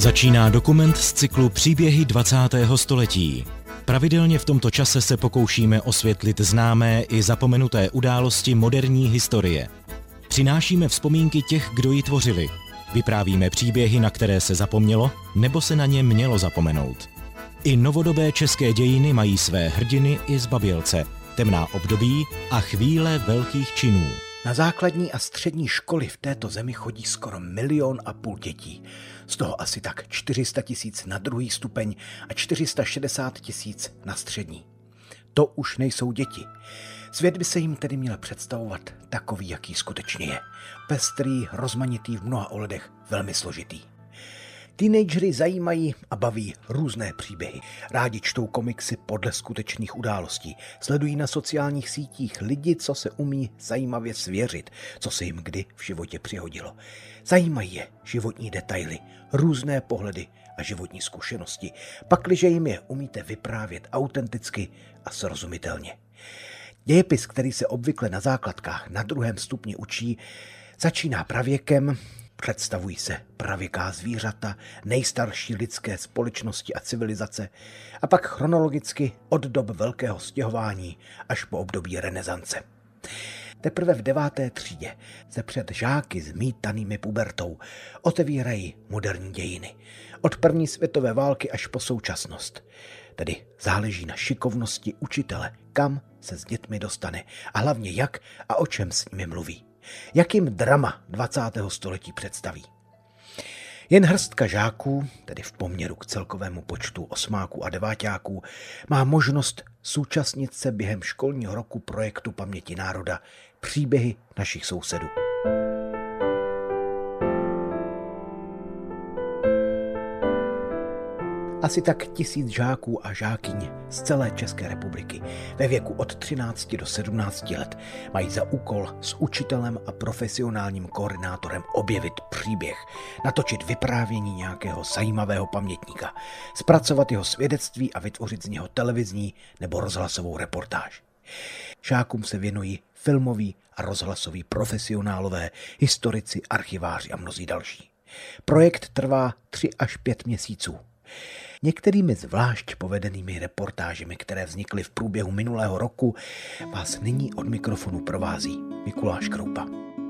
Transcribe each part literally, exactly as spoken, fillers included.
Začíná dokument z cyklu Příběhy dvacátého století. Pravidelně v tomto čase se pokoušíme osvětlit známé i zapomenuté události moderní historie. Přinášíme vzpomínky těch, kdo ji tvořili. Vyprávíme příběhy, na které se zapomnělo, nebo se na ně mělo zapomenout. I novodobé české dějiny mají své hrdiny i zbabělce, temná období a chvíle velkých činů. Na základní a střední školy v této zemi chodí skoro milion a půl dětí. Z toho asi tak čtyři sta tisíc na druhý stupeň a čtyři sta šedesát tisíc na střední. To už nejsou děti. Svět by se jim tedy měl představovat takový, jaký skutečně je. Pestrý, rozmanitý v mnoha ohledech, velmi složitý. Teenagery zajímají a baví různé příběhy. Rádi čtou komiksy podle skutečných událostí. Sledují na sociálních sítích lidi, co se umí zajímavě svěřit, co se jim kdy v životě přihodilo. Zajímají je životní detaily, různé pohledy a životní zkušenosti, pakliže jim je umíte vyprávět autenticky a srozumitelně. Dějepis, který se obvykle na základkách na druhém stupni učí, začíná pravěkem. Představují se pravěká zvířata, nejstarší lidské společnosti a civilizace a pak chronologicky od dob velkého stěhování až po období renesance. Teprve v deváté třídě se před žáky zmítanými pubertou otevírají moderní dějiny. Od první světové války až po současnost. Tedy záleží na šikovnosti učitele, kam se s dětmi dostane a hlavně jak a o čem s nimi mluví. Jak jim drama dvacátého století představí. Jen hrstka žáků, tedy v poměru k celkovému počtu osmáků a deváťáků, má možnost zúčastnit se během školního roku projektu Paměti národa Příběhy našich sousedů. Asi tak tisíc žáků a žákyň z celé České republiky ve věku od třinácti do sedmnácti let mají za úkol s učitelem a profesionálním koordinátorem objevit příběh, natočit vyprávění nějakého zajímavého pamětníka, zpracovat jeho svědectví a vytvořit z něho televizní nebo rozhlasovou reportáž. Žákům se věnují filmoví a rozhlasoví profesionálové, historici, archiváři a mnozí další. Projekt trvá tři až pět měsíců. Některými zvlášť povedenými reportážemi, které vznikly v průběhu minulého roku, vás nyní od mikrofonu provází Mikuláš Kroupa.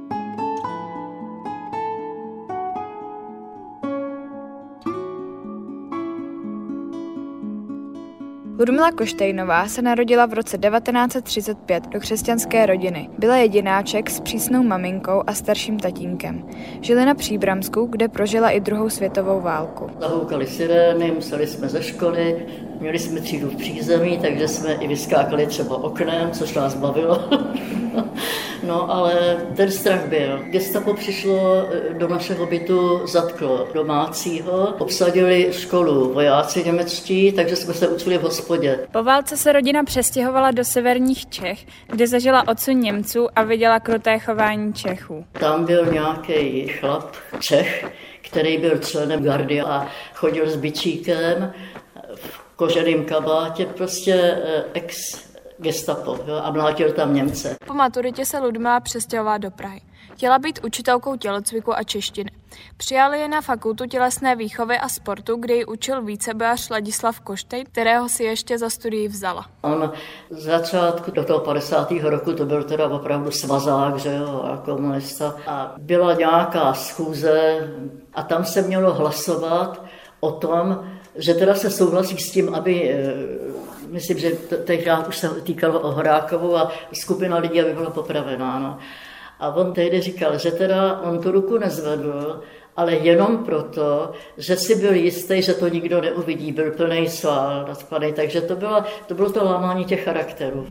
Ludmila Koštejnová se narodila v roce devatenáct set třicet pět do křesťanské rodiny. Byla jedináček s přísnou maminkou a starším tatínkem. Žili na Příbramsku, kde prožila i druhou světovou válku. Zahoukaly sirény, museli jsme ze školy, měli jsme třídu v přízemí, takže jsme i vyskákali třeba oknem, což nás bavilo. No, ale ten strach byl. Gestapo přišlo do našeho bytu, zatklo domácího, obsadili školu vojáci němečtí, takže jsme se učili v hospodě. Po válce se rodina přestěhovala do severních Čech, kde zažila odsun Němců a viděla kruté chování Čechů. Tam byl nějaký chlap, Čech, který byl členem gardy a chodil s bičíkem v koženém kabátě, prostě ex gestapo, jo, a mlátil tam Němce. Po maturitě se Ludmila přestěhovala do Prahy. Chtěla být učitelkou tělocviku a češtiny. Přijali je na fakultu tělesné výchovy a sportu, kde ji učil vícebář Ladislav Koštej, kterého si ještě za studii vzala. On z začátku do toho padesátého roku to byl teda opravdu svazák, že jo, a komunista. A byla nějaká schůze a tam se mělo hlasovat o tom, že teda se souhlasí s tím, aby, myslím, že tenkrát už se týkalo o Horákovou a skupina lidí, aby byla popravená. No. A on tehdy říkal, že teda on tu ruku nezvedl, ale jenom proto, že si byl jistý, že to nikdo neuvidí, byl plný svál, nadpanej, takže to bylo, to bylo to lámání těch charakterů.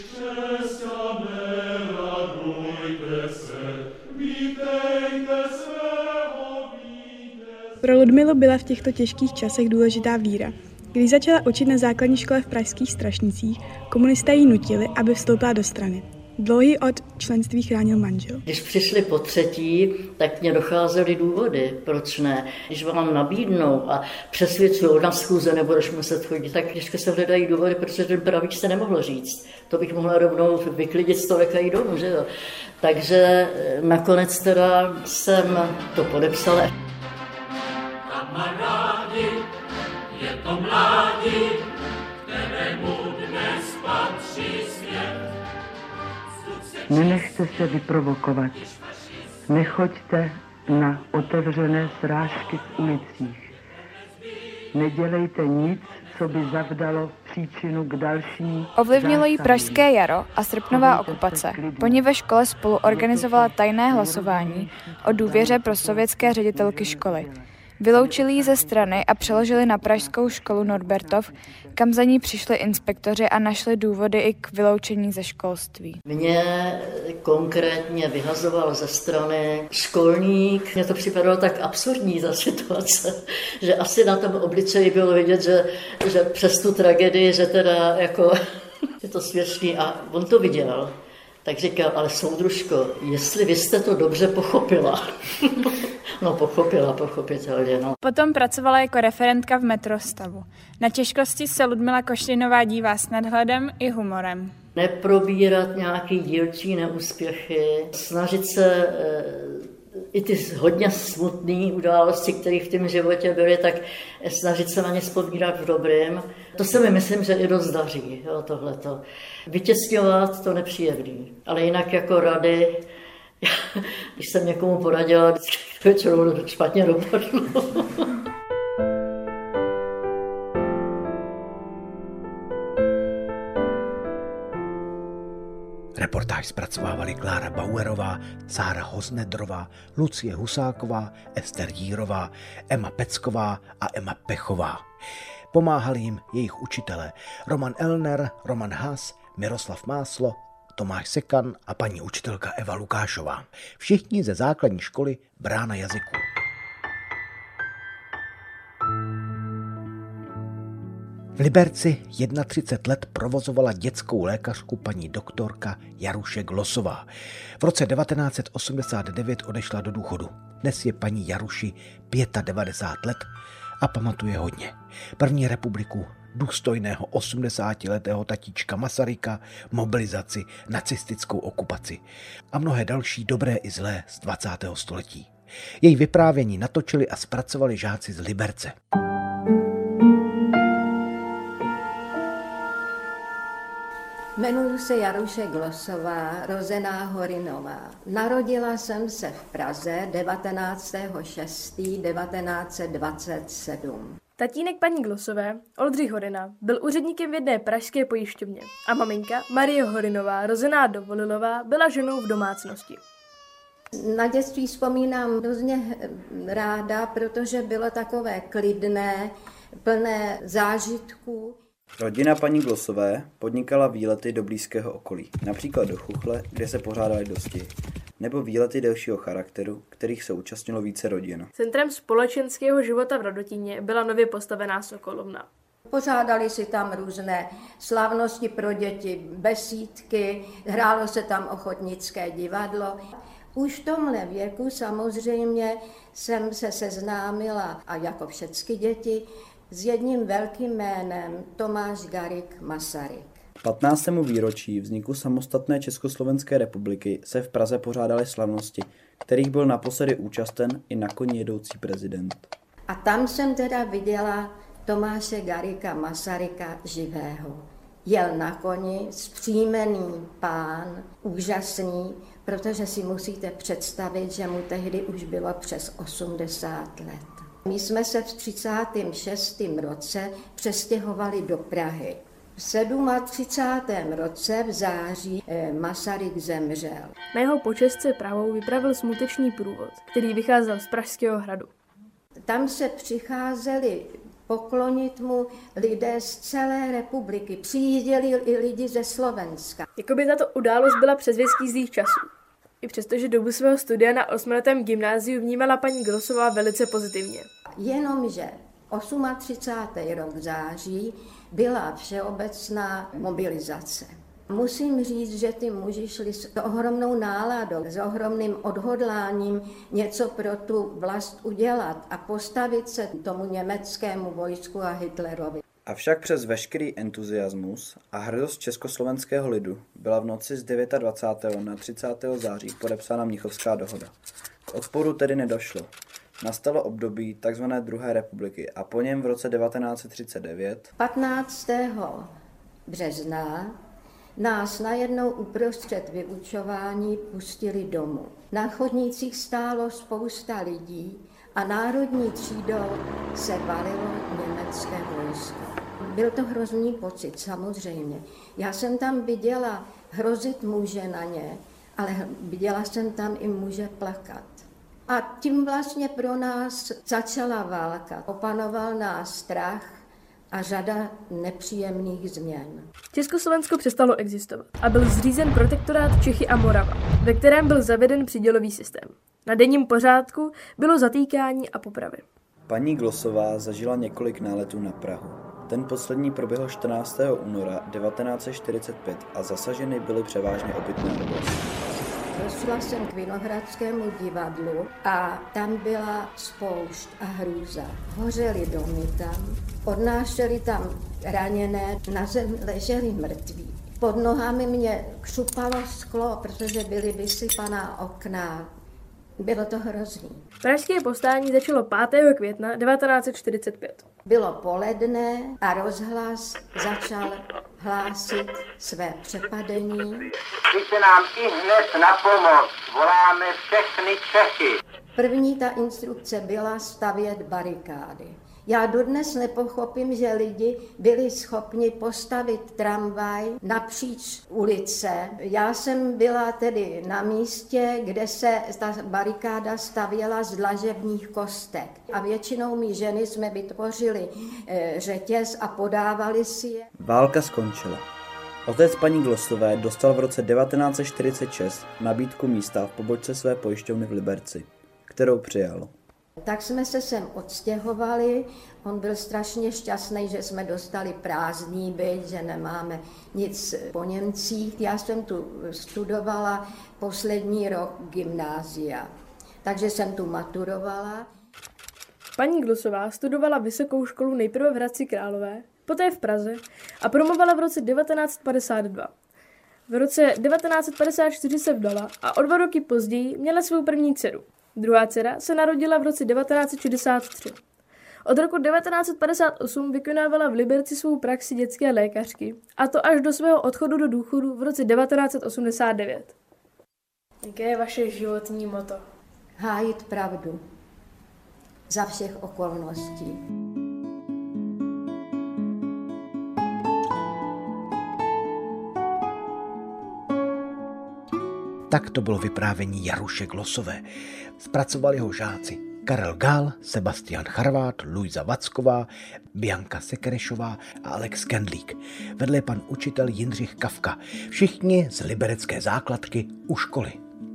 Pro Ludmilu byla v těchto těžkých časech důležitá víra. Když začala učit na základní škole v pražských Strašnicích, komunisté jí nutili, aby vstoupila do strany. Dlouhý od členství chránil manžel. Když přišli po třetí, tak mě docházely důvody, proč ne. Když vám nabídnou a přesvědčují na schůze, nebudeš muset chodit, tak těžko se hledají důvody, protože ten pravý se nemohlo říct. To bych mohla rovnou vyklidit stolek a jít domů, že jo. Takže nakonec teda jsem to podepsala. Nenechte se vyprovokovat. Nechoďte na otevřené srážky v ulicích. Nedělejte nic, co by zavdalo příčinu k další. Ovlivnilo jí pražské jaro a srpnová okupace. Po ní ve škole spolu organizovala tajné hlasování o důvěře pro sovětské ředitelky školy. Vyloučili ji ze strany a přeložili na pražskou školu Norbertov, kam za ní přišli inspektoři a našli důvody i k vyloučení ze školství. Mě konkrétně vyhazoval ze strany školník. Mně to připadalo tak absurdní ta situace, že asi na tom obličeji bylo vidět, že, že přes tu tragédii, že teda jako je to směšný a on to viděl. Tak říkal, ale soudružko, jestli vy jste to dobře pochopila. No pochopila, pochopitelně. No. Potom pracovala jako referentka v metrostavu. Na těžkosti se Ludmila Koštějnová dívá s nadhledem i humorem. Neprobírat nějaký dílčí neúspěchy, snažit se e, i ty hodně smutné události, které v tom životě byly, tak snažit se na ně vzpomínat v dobrým. To se mi myslím, že i dost daří, jo, tohleto. Vytěsňovat to nepříjemný, ale jinak jako rady, když jsem někomu poradila, vždycky to špatně dopadlo. Reportáž zpracovávali Klára Bauerová, Sára Hoznedrová, Lucie Husáková, Ester Jírová, Emma Pecková a Emma Pechová. Pomáhali jim jejich učitelé Roman Elner, Roman Haas, Miroslav Máslo, Tomáš Sekan a paní učitelka Eva Lukášová. Všichni ze základní školy Brána jazyků. V Liberci třicet jedna let provozovala dětskou lékařku paní doktorka Jaruše Glosová. V roce devatenáct set osmdesát devět odešla do důchodu. Dnes je paní Jaruši devadesát pět let a pamatuje hodně. První republiku, důstojného osmdesátiletého tatíčka Masaryka, mobilizaci, nacistickou okupaci a mnohé další dobré i zlé z dvacátého století. Její vyprávění natočili a zpracovali žáci z Liberce. Jmenuji se Jaruše Glosová, rozená Horinová. Narodila jsem se v Praze devatenáctého šestého devatenáct set dvacet sedm. Tatínek paní Glosové, Oldřich Horina, byl úředníkem v jedné pražské pojišťovně a maminka Marie Horinová, rozená Dovolilová, byla ženou v domácnosti. Na dětství vzpomínám hrozně ráda, protože bylo takové klidné, plné zážitků. Rodina paní Glosové podnikala výlety do blízkého okolí, například do Chuchle, kde se pořádaly dosti, nebo výlety delšího charakteru, kterých se účastnilo více rodin. Centrem společenského života v Radotíně byla nově postavená Sokolovna. Pořádali si tam různé slavnosti pro děti, besídky, hrálo se tam ochotnické divadlo. Už v tomhle věku samozřejmě jsem se seznámila, a jako všechny děti, s jedním velkým jménem Tomáš Garrigue Masaryk. patnáctému výročí vzniku samostatné Československé republiky se v Praze pořádaly slavnosti, kterých byl naposledy účasten i na koni jedoucí prezident. A tam jsem teda viděla Tomáše Garrigua Masaryka živého. Jel na koni, zpříjmený pán, úžasný, protože si musíte představit, že mu tehdy už bylo přes osmdesát let. My jsme se v třicátém šestém roce přestěhovali do Prahy. V třicátém sedmém roce v září Masaryk zemřel. Na jeho počestce Prahou vypravil smutečný průvod, který vycházel z Pražského hradu. Tam se přicházeli poklonit mu lidé z celé republiky. Přijížděli i lidi ze Slovenska. Jakoby tato událost byla předzvěstí zlých časů. I přestože dobu svého studia na osmiletém gymnáziu vnímala paní Glosová velice pozitivně. Jenomže třicátého osmého rok v září byla všeobecná mobilizace. Musím říct, že ty muži šli s ohromnou náladou, s ohromným odhodláním něco pro tu vlast udělat a postavit se tomu německému vojsku a Hitlerovi. Avšak přes veškerý entuziasmus a hrdost československého lidu byla v noci z dvacátého devátého na třicátého září podepsána Mnichovská dohoda. K odporu tedy nedošlo. Nastalo období tzv. Druhé republiky a po něm v roce devatenáct set třicet devět patnáctého března nás najednou uprostřed vyučování pustili domů. Na chodnících stálo spousta lidí a národní třídou se valilo německé vojsko. Byl to hrozný pocit, samozřejmě. Já jsem tam viděla hrozit muže na ně, ale viděla jsem tam i muže plakat. A tím vlastně pro nás začala válka. Opanoval nás strach a řada nepříjemných změn. Československo přestalo existovat a byl zřízen protektorát Čechy a Morava, ve kterém byl zaveden přídělový systém. Na denním pořádku bylo zatýkání a popravy. Paní Glosová zažila několik náletů na Prahu. Ten poslední proběhl čtrnáctého února devatenáct set čtyřicet pět a zasaženy byly převážně obytné oblasti. Došla jsem k Vinohradskému divadlu a tam byla spoušť a hrůza. Hořely domy tam, odnášeli tam raněné, na zem leželi mrtví. Pod nohami mě křupalo sklo, protože byly vysypaná okna. Bylo to hrozný. Pražské povstání začalo pátého května devatenáct set čtyřicet pět. Bylo poledne a rozhlas začal hlásit své přepadení. Přijďte nám i hned na pomoc, voláme všechny Čechy. První ta instrukce byla stavět barikády. Já dodnes nepochopím, že lidi byli schopni postavit tramvaj napříč ulice. Já jsem byla tedy na místě, kde se ta barikáda stavěla z dlažebních kostek. A většinou my ženy jsme vytvořili e, řetěz a podávali si je. Válka skončila. Otec paní Glosové dostal v roce devatenáct set čtyřicet šest nabídku místa v pobočce své pojišťovny v Liberci, kterou přijal. Tak jsme se sem odstěhovali, on byl strašně šťastný, že jsme dostali prázdný byt, že nemáme nic po Němcích. Já jsem tu studovala poslední rok gymnázia, takže jsem tu maturovala. Paní Glosová studovala vysokou školu nejprve v Hradci Králové, poté v Praze a promovala v roce devatenáct set padesát dva. V roce devatenáct set padesát čtyři se vdala a o dva roky později měla svou první dceru. Druhá dcera se narodila v roce devatenáct set šedesát tři. Od roku devatenáct set padesát osm vykonávala v Liberci svou praxi dětské lékařky, a to až do svého odchodu do důchodu v roce devatenáct set osmdesát devět. Jaké je vaše životní motto? Hájit pravdu. Za všech okolností. Tak to bylo vyprávění Jaruše Glosové. Zpracovali ho žáci Karel Gál, Sebastian Charvát, Luisa Vacková, Bianka Sekerešová a Alex Kendlík. Vedle je pan učitel Jindřich Kafka. Všichni z liberecké základky u školy.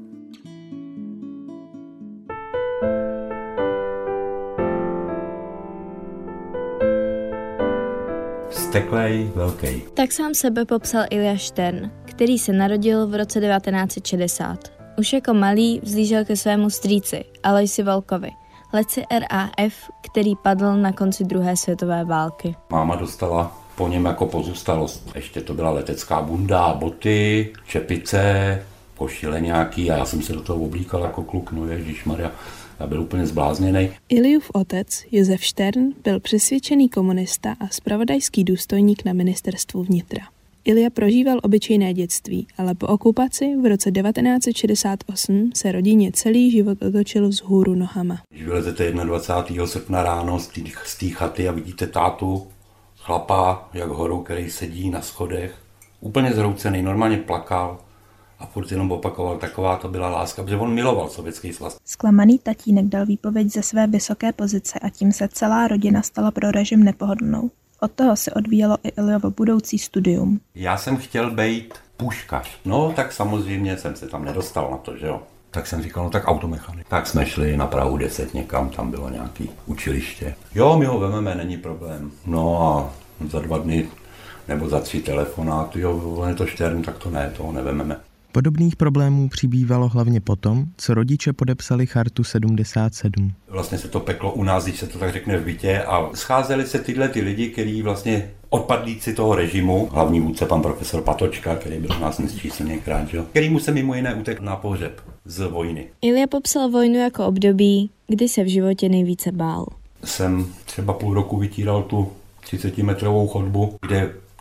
Vzteklej, velký. Tak sám sebe popsal Ilja Štern, který se narodil v roce devatenáct set šedesát. Už jako malý vzlížel ke svému strýci, Alojsi Volkovi, letci R A F, který padl na konci druhé světové války. Máma dostala po něm jako pozůstalost. Ještě to byla letecká bunda, boty, čepice, košile nějaký a já jsem se do toho oblíkal jako kluk, no ježišmarja. Já byl úplně zblázněnej. Iljův otec, Josef Štern, byl přesvědčený komunista a zpravodajský důstojník na ministerstvu vnitra. Ilja prožíval obyčejné dětství, ale po okupaci v roce devatenáct set šedesát osm se rodině celý život otočil vzhůru nohama. Když vylezete dvacátého prvního srpna ráno z té chaty a vidíte tátu, chlapa, jak horu, který sedí na schodech, úplně zhroucený, normálně plakal, a furt jenom opakoval, taková to byla láska, protože on miloval Sovětský svaz. Zklamaný tatínek dal výpověď ze své vysoké pozice a tím se celá rodina stala pro režim nepohodlnou. Od toho se odvíjelo i Iljovo budoucí studium. Já jsem chtěl být puškař. No, tak samozřejmě jsem se tam nedostal na to, že jo. Tak jsem říkal, no tak automechanik. Tak jsme šli na Prahu deset někam, tam bylo nějaký učiliště. Jo, my ho vememe, není problém. No a za dva dny nebo za tři telefonáty, jo, on je to Štern, tak to ne, toho nevememe. Podobných problémů přibývalo hlavně potom, co rodiče podepsali chartu sedmdesát sedm. Vlastně se to peklo u nás, když se to tak řekne v bytě, a scházeli se tyhle ty lidi, kteří vlastně odpadlíci toho režimu, hlavní vůdce pan profesor Patočka, který byl u nás nesčíslněkrát, který mu se mimo jiné utekl na pohřeb z vojny. Ilja popsal vojnu jako období, kdy se v životě nejvíce bál. Jsem třeba půl roku vytíral tu třicetimetrovou chodbu, kde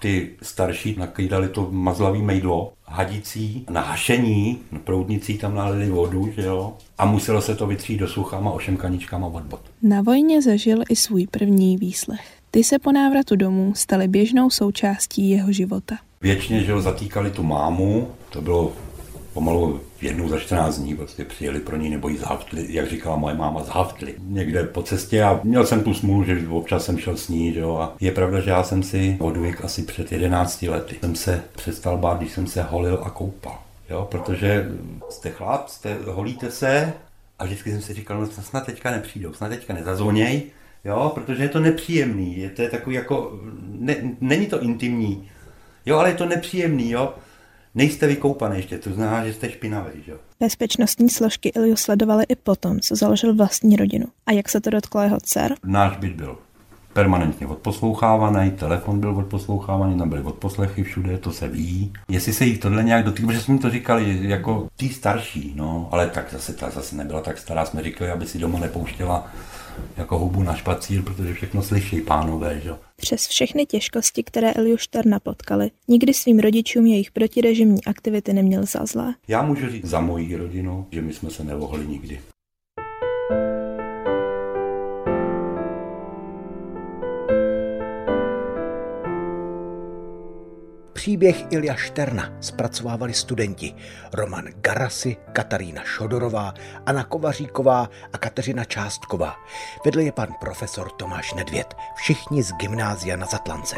ty starší nakýdali to mazlavý mejdlo, hadící na hašení, proudnicí tam nalili vodu, že jo, a muselo se to vytřít do suchama ošemkaničkama od bod. Na vojně zažil i svůj první výslech. Ty se po návratu domů staly běžnou součástí jeho života. Věčně, že ho zatýkali tu mámu, to bylo pomalu jednou za čtrnáct dní, prostě přijeli pro ní nebo jí zhaftli, jak říkala moje máma, zhaftli někde po cestě a měl jsem tu smůlu, že občas jsem šel s ní, že jo, a je pravda, že já jsem si odvyk asi před jedenácti lety. Jsem se přestal bát, když jsem se holil a koupal, jo, protože jste chlap, jste, holíte se a vždycky jsem si říkal, no snad teďka nepřijdou, snad teďka nezazvoněj, jo, protože je to nepříjemný, je to je takový jako, ne, není to intimní, jo, ale je to nepříjemný, jo. Nejste vykoupaný ještě, to znamená, že jste špinavý, že jo. Bezpečnostní složky Ilju sledovaly i potom, co založil vlastní rodinu. A jak se to dotklo jeho dcer? Náš byt byl permanentně odposlouchávaný, telefon byl odposlouchávaný, tam byly odposlechy všude, to se ví. Jestli se jich tohle nějak dotýká, protože jsme mi to říkali jako tí starší, no, ale tak zase ta zase nebyla tak stará, jsme říkali, aby si doma nepouštěla jako hubu na špacír, protože všechno slyší pánové, že? Přes všechny těžkosti, které Ilju Šterna potkali, nikdy svým rodičům jejich protirežimní aktivity neměl za zlé. Já můžu říct za moji rodinu, že my jsme se nevohli nikdy. Příběh Ilja Šterna zpracovávali studenti Roman Garasi, Katarína Šodorová, Anna Kovaříková a Kateřina Částková. Vedl je pan profesor Tomáš Nedvěd, všichni z gymnázia na Zatlance.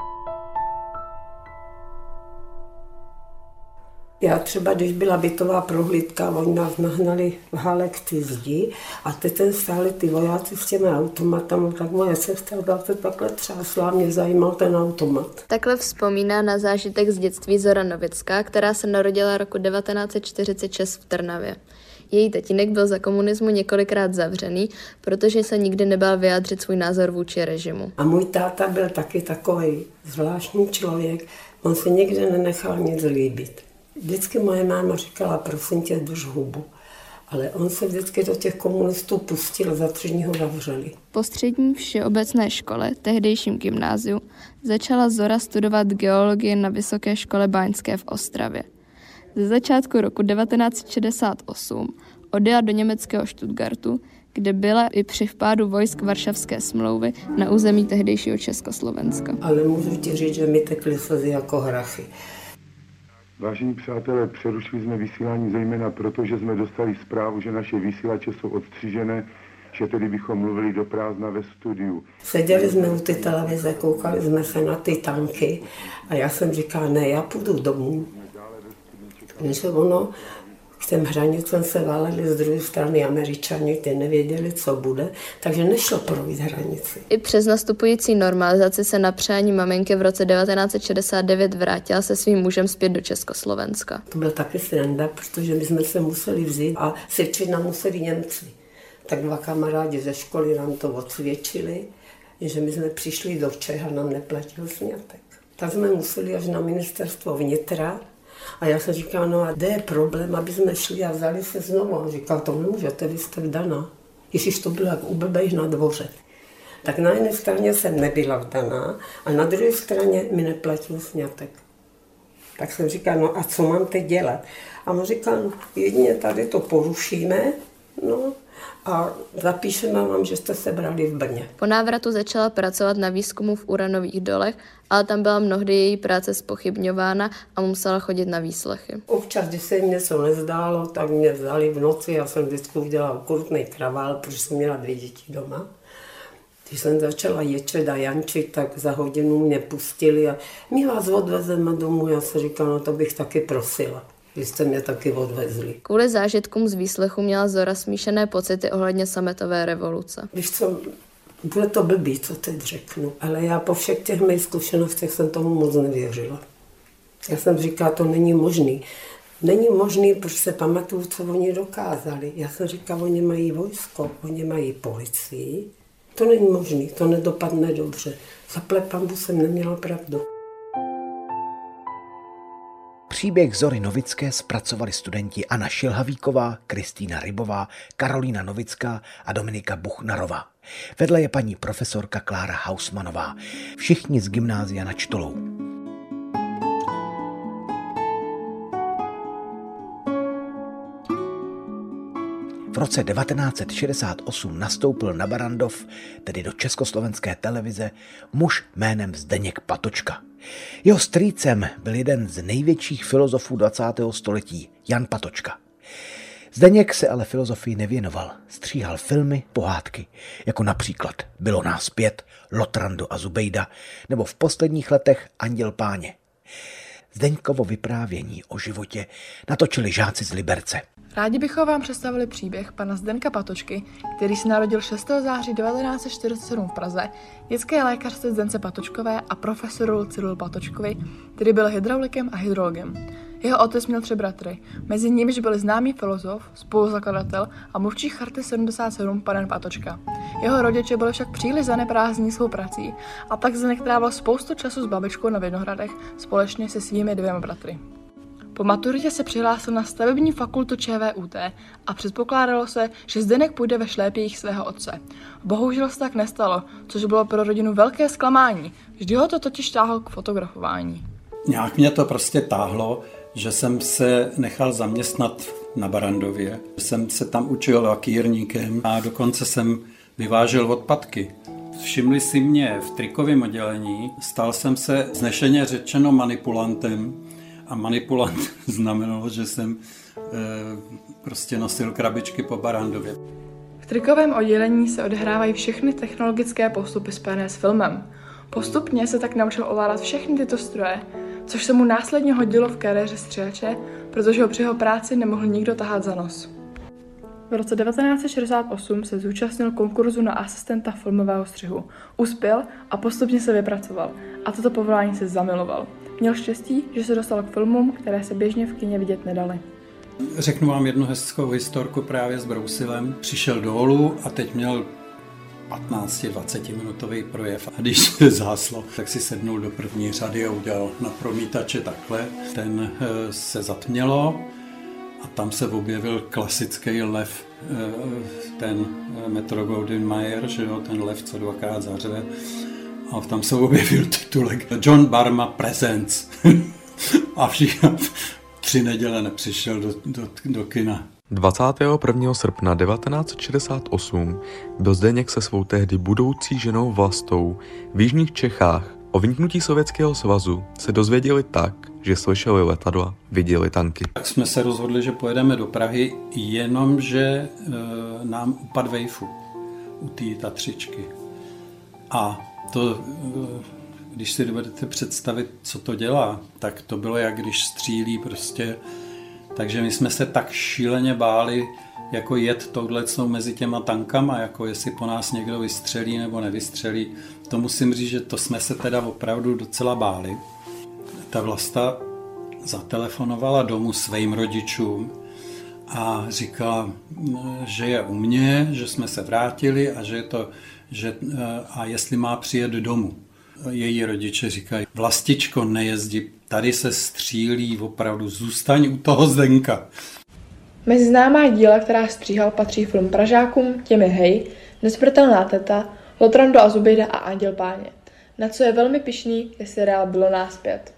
Já třeba, když byla bytová prohlídka, oni nás nahnali v hale k ty zdi a teď ten stáli ty vojáci s těmi automatami, tak moje sestra se takhle třásla a mě zajímal ten automat. Takhle vzpomíná na zážitek z dětství Zora Novická, která se narodila roku devatenáct set čtyřicet šest v Trnavě. Její tatínek byl za komunismu několikrát zavřený, protože se nikdy nebál vyjádřit svůj názor vůči režimu. A můj táta byl taky takový zvláštní člověk, on se nikdy nenechal nic líbit. Vždycky moje máma říkala, prosím tě, drž hubu. Ale on se vždycky do těch komunistů pustil, za tři ho zavřeli. Po střední všeobecné škole, tehdejším gymnáziu, začala Zora studovat geologii na Vysoké škole báňské v Ostravě. Ze začátku roku devatenáct set šedesát osm odjela do německého Stuttgartu, kde byla i při vpádu vojsk Varšavské smlouvy na území tehdejšího Československa. Ale můžu ti říct, že mi tekly slzy jako hrachy. Vážení přátelé, přerušili jsme vysílání zejména proto, že jsme dostali zprávu, že naše vysílače jsou odstřižené, že tedy bychom mluvili do prázdna ve studiu. Seděli jsme u ty televize, koukali jsme se na ty tanky a já jsem říkala, ne, já půjdu domů. Jenže ono, k těm hranicem se váleli z druhé strany Američani, ty nevěděli, co bude, takže nešlo projít hranici. I přes nastupující normalizaci se na přání maminky v roce devatenáct set šedesát devět vrátila se svým mužem zpět do Československa. To byl taky sranda, protože my jsme se museli vzít a svědčit nám museli Němci. Tak dva kamarádi ze školy nám to odsvědčili, že my jsme přišli do Čech a nám neplatil sňatek. Tak jsme museli až na ministerstvo vnitra. A já jsem říkala, no a kde je problém, aby jsme šli a vzali se znovu. A on říkal, to nemůžete, vy jste vdaná. Ježíš, to bylo jak u blbejch na dvoře. Tak na jedné straně jsem nebyla vdaná a na druhé straně mi neplatil sňatek. Tak jsem říkala, no a co mám teď dělat? A on říkal, no jedině tady to porušíme, no a zapíšeme vám, že jste se brali v Brně. Po návratu začala pracovat na výzkumu v uranových dolech, ale tam byla mnohdy její práce zpochybňována a musela chodit na výslechy. Občas, když se jim něco nezdálo, tak mě vzali v noci, já jsem vždycky udělala okrutný kravál, protože jsem měla dvě děti doma. Když jsem začala ječet a jančit, tak za hodinu mě pustili a my vás odvezeme domů. Já jsem říkala, no to bych taky prosila. Vy jste mě taky odvezli. Kvůli zážitkům z výslechu měla Zora smíšené pocity ohledně sametové revoluce. Víš co, bude to blbý, co teď řeknu, ale já po všech těch mých zkušenostech jsem tomu moc nevěřila. Já jsem říkala, to není možný. Není možný, protože se pamatuju, co oni dokázali. Já jsem říkala, oni mají vojsko, oni mají policii. To není možný, to nedopadne dobře. Zaplať pambu jsem neměla pravdu. Příběh Zory Novické zpracovali studenti Anna Šilhavíková, Kristýna Rybová, Karolína Novická a Dominika Buchnarová. Vedle je paní profesorka Klára Hausmanová. Všichni z gymnázia nad Štolou. V roce devatenáct set šedesát osm nastoupil na Barrandov, tedy do československé televize, muž jménem Zdeněk Patočka. Jeho strýcem byl jeden z největších filozofů dvacátého století, Jan Patočka. Zdeněk se ale filozofii nevěnoval, stříhal filmy, pohádky, jako například Bylo nás pět, Lotrando a Zubejda, nebo v posledních letech Anděl Páně. Zdeňkovo vyprávění o životě natočili žáci z Liberce. Rádi bychom vám představili příběh pana Zdenka Patočky, který se narodil šestého září devatenáct set čtyřicet sedm v Praze, dětské lékařce Zdence Patočkové a profesoru Cyrilu Patočkovi, který byl hydraulikem a hydrologem. Jeho otec měl tři bratry, mezi nimiž byl známý filozof, spoluzakladatel a mluvčí Charty sedmdesát sedm pan Patočka. Jeho rodiče byli však příliš zaneprázdnění svou prací a tak Zdeněk trávil spoustu času s babičkou na Vinohradech společně se svými dvěma bratry. Po maturitě se přihlásil na stavební fakultu ČVUT a předpokládalo se, že Zdeněk půjde ve šlépějích svého otce. Bohužel se tak nestalo, což bylo pro rodinu velké zklamání, vždy ho to totiž táhlo k fotografování. Nějak mě to prostě táhlo, že jsem se nechal zaměstnat na Barrandově. Jsem se tam učil lakírníkem a dokonce jsem vyvážel odpadky. Všimli si mě v trikovém oddělení, stal jsem se vznešeně řečeno manipulantem. A manipulant znamenalo, že jsem e, prostě nosil krabičky po Barrandově. V trikovém oddělení se odehrávají všechny technologické postupy spojené s filmem. Postupně se tak naučil ovládat všechny tyto stroje, což se mu následně hodilo v kariéře střihače, protože ho při jeho práci nemohl nikdo tahat za nos. V roce devatenáct set šedesát osm se zúčastnil konkurzu na asistenta filmového střihu. Uspěl a postupně se vypracoval a toto povolání se zamiloval. Měl štěstí, že se dostal k filmům, které se běžně v kině vidět nedaly. Řeknu vám jednu hezkou historku právě s Brousilem. Přišel dolů a teď měl patnáct dvacet minutový projev. A když se zhaslo, tak si sednul do první řady a udělal na promítače takhle. Ten se zatmělo a tam se objevil klasický lev, ten Metro-Goldwyn-Mayer, že jo, ten lev, co dvakrát zařve. A tam se objevil titulek John Barma Presents. A všichni tři neděle nepřišel do, do, do kina. dvacátého prvního srpna devatenáct set šedesát osm byl Zdeněk se svou tehdy budoucí ženou Vlastou v jižních Čechách. O vniknutí Sovětského svazu se dozvěděli tak, že slyšeli letadla, viděli tanky. Tak jsme se rozhodli, že pojedeme do Prahy, jenomže e, nám upadl vejfu u té Tatřičky. A to, když si dovedete představit, co to dělá, tak to bylo, jak když střílí prostě. Takže my jsme se tak šíleně báli, jako jet touhlecou mezi těma tankama, jako jestli po nás někdo vystřelí nebo nevystřelí. To musím říct, že to jsme se teda opravdu docela báli. Ta Vlasta zatelefonovala domů svým rodičům a říkala, že je u mě, že jsme se vrátili a že je to, že, a jestli má přijet domů. Její rodiče říkají, Vlastičko, nejezdí, tady se střílí, opravdu zůstaň u toho Zdenka. Mezi známá díla, která stříhal, patří film Pražákům, Těmi hej, Nesmrtelná teta, Lotrando a Zubejda a Anděl Páně. Na co je velmi pyšný, je seriál Bylo nás pět.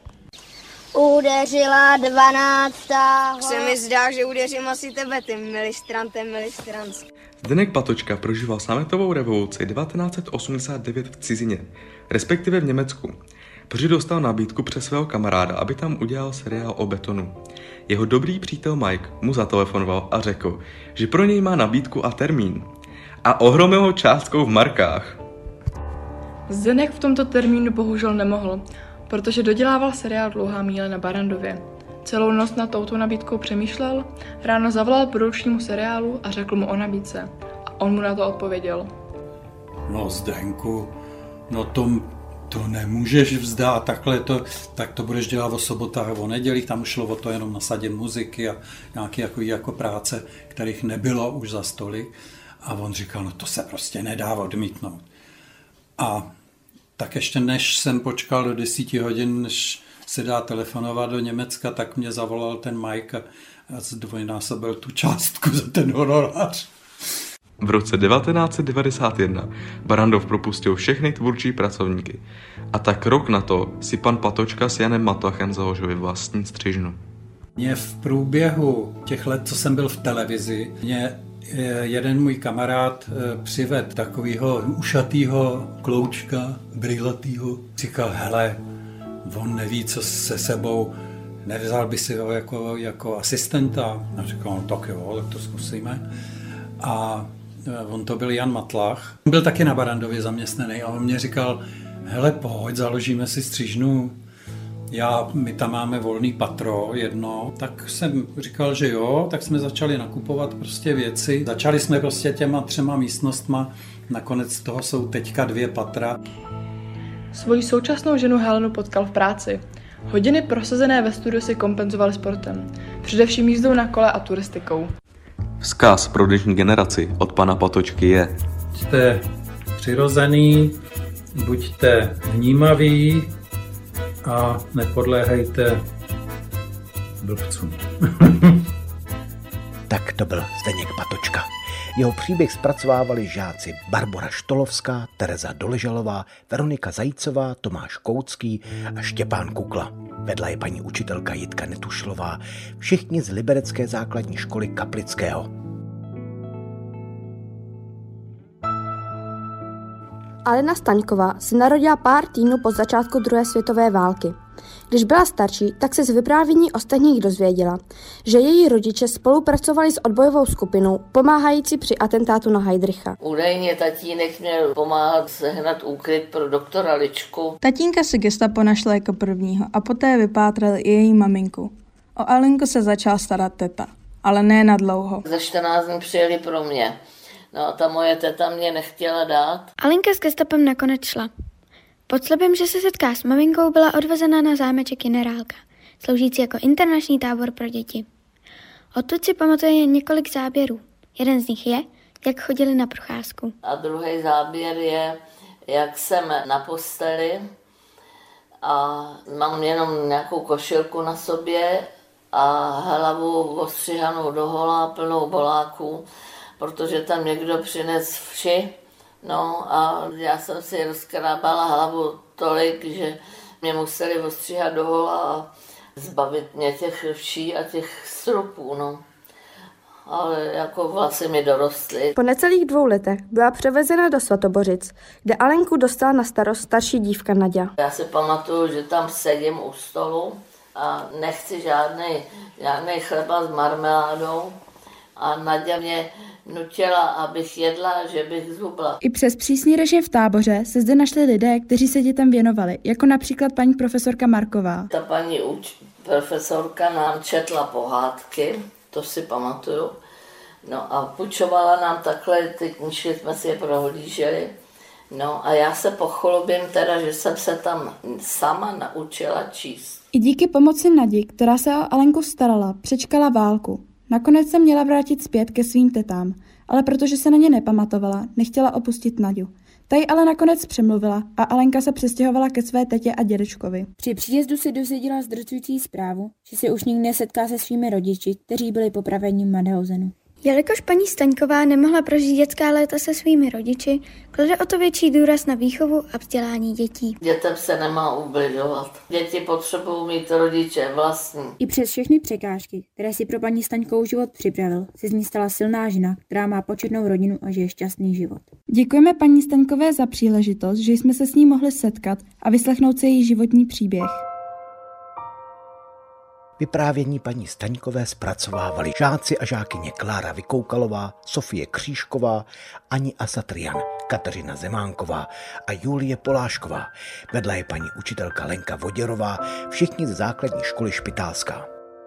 Udeřila dvanáctá. Se mi zdá, že udeřím asi tebe, ty milistrante, milistransk. Zdeněk Patočka prožíval sametovou revoluci devatenáct set osmdesát devět v cizině, respektive v Německu, protože dostal nabídku přes svého kamaráda, aby tam udělal seriál o betonu. Jeho dobrý přítel Mike mu zatelefonoval a řekl, že pro něj má nabídku a termín. A ohromil ho částkou v markách. Zdeněk v tomto termínu bohužel nemohl, protože dodělával seriál Dlouhá míle na Barrandově. Celou noc nad touto nabídkou přemýšlel, ráno zavolal produkčnímu seriálu a řekl mu o nabídce. A on mu na to odpověděl. No Zdenku, no to, to nemůžeš vzdát, takhle to, tak to budeš dělat o sobotách a o nedělích, tam šlo o to jenom nasadit muziky a nějaké jako, jako práce, kterých nebylo už za stolik. A on říkal, no to se prostě nedá odmítnout. A tak ještě než jsem počkal do desíti hodin, než se dá telefonovat do Německa, tak mě zavolal ten Mike a zdvojnásobil tu částku za ten honorář. V roce devatenáct set devadesát jedna Barrandov propustil všechny tvůrčí pracovníky a tak rok na to si pan Patočka s Janem Matochem založili vlastní střižnu. Mě v průběhu těch let, co jsem byl v televizi, mě jeden můj kamarád přived takového ušatýho kloučka, brýlatýho. Říkal, hele, on neví, co se sebou, nevzal by si ho jako, jako asistenta. A říkal, no tak jo, tak to zkusíme. A on to byl Jan Matlach. Byl taky na Barrandově zaměstnaný a on mě říkal, hele, pojď, založíme si střižnu. Já, my tam máme volný patro jedno, tak jsem říkal, že jo, tak jsme začali nakupovat prostě věci. Začali jsme prostě těma třema místnostma, nakonec z toho jsou teďka dvě patra. Svoji současnou ženu Helenu potkal v práci. Hodiny prosazené ve studiu si kompenzovaly sportem, především jízdou na kole a turistikou. Vzkaz pro dnešní generaci od pana Patočky je: Jste přirozený, buďte vnímaví a nepodléhejte blbcům. Tak to byl Zdeněk Patočka. Jeho příběh zpracovávali žáci Barbora Štolovská, Tereza Doležalová, Veronika Zajícová, Tomáš Koucký a Štěpán Kukla. Vedla je paní učitelka Jitka Netušlová, všichni z liberecké základní školy Kaplického. Alena Staňková se narodila pár týdnů po začátku druhé světové války. Když byla starší, tak se z vyprávění ostatních dozvěděla, že její rodiče spolupracovali s odbojovou skupinou pomáhající při atentátu na Heydricha. Údajně tatínek měl pomáhat sehnat úkryt pro doktora Ličku. Tatínka si gestapo našla jako prvního a poté vypátrali i její maminku. O Alenku se začala starat teta, ale ne na dlouho. Za čtrnáct dní přijeli pro mě. No a ta moje teta mě nechtěla dát. Alenka s gestapem nakonec šla. Pod slibem, že se setká s maminkou, byla odvezena na zámeček Generálka, sloužící jako internační tábor pro děti. Odtud si pamatuje jen několik záběrů. Jeden z nich je, jak chodili na procházku. A druhý záběr je, jak jsem na posteli a mám jenom nějakou košilku na sobě a hlavu ostřihanou dohola, plnou boláků, protože tam někdo přines vši. No a já jsem si rozkrábala hlavu tolik, že mě museli ostříhat dohola a zbavit mě těch vší a těch stropů, no. Ale jako vlasy mi dorostly. Po necelých dvou letech byla převezena do Svatobořic, kde Alenku dostala na starost starší dívka Naďa. Já si pamatuju, že tam sedím u stolu a nechci žádný, žádný chleba s marmeládou a Naďa mě nutila, abych jedla, že bych zhubla. I přes přísný režim v táboře se zde našli lidé, kteří se dětem věnovali, jako například paní profesorka Marková. Ta paní uč- profesorka nám četla pohádky, to si pamatuju. No a půjčovala nám takhle, ty knížky jsme si je prohlíželi. No a já se pochlubím teda, že jsem se tam sama naučila číst. I díky pomoci Nadi, která se o Alenku starala, přečkala válku. Nakonec se měla vrátit zpět ke svým tetám, ale protože se na ně nepamatovala, nechtěla opustit Naďu. Ta ji ale nakonec přemluvila a Alenka se přestěhovala ke své tetě a dědečkovi. Při příjezdu si dozvěděla zdrcující zprávu, že se už nikdy nesetká se svými rodiči, kteří byli popraveni v Mauthausen. Jelikož paní Staňková nemohla prožít dětská léta se svými rodiči, klade o to větší důraz na výchovu a vzdělání dětí. Dětem se nemá ubližovat. Děti potřebují mít rodiče vlastní. I přes všechny překážky, které si pro paní Staňkovou život připravil, se z ní stala silná žena, která má početnou rodinu a žije šťastný život. Děkujeme paní Staňkové za příležitost, že jsme se s ní mohli setkat a vyslechnout si její životní příběh. Vyprávění paní Staňkové zpracovávali žáci a žákyně Klára Vykoukalová, Sofie Křížková, Ani Asatrian, Kateřina Zemánková a Julie Polášková. Vedla je paní učitelka Lenka Voděrová, všichni z základní školy Špitálská.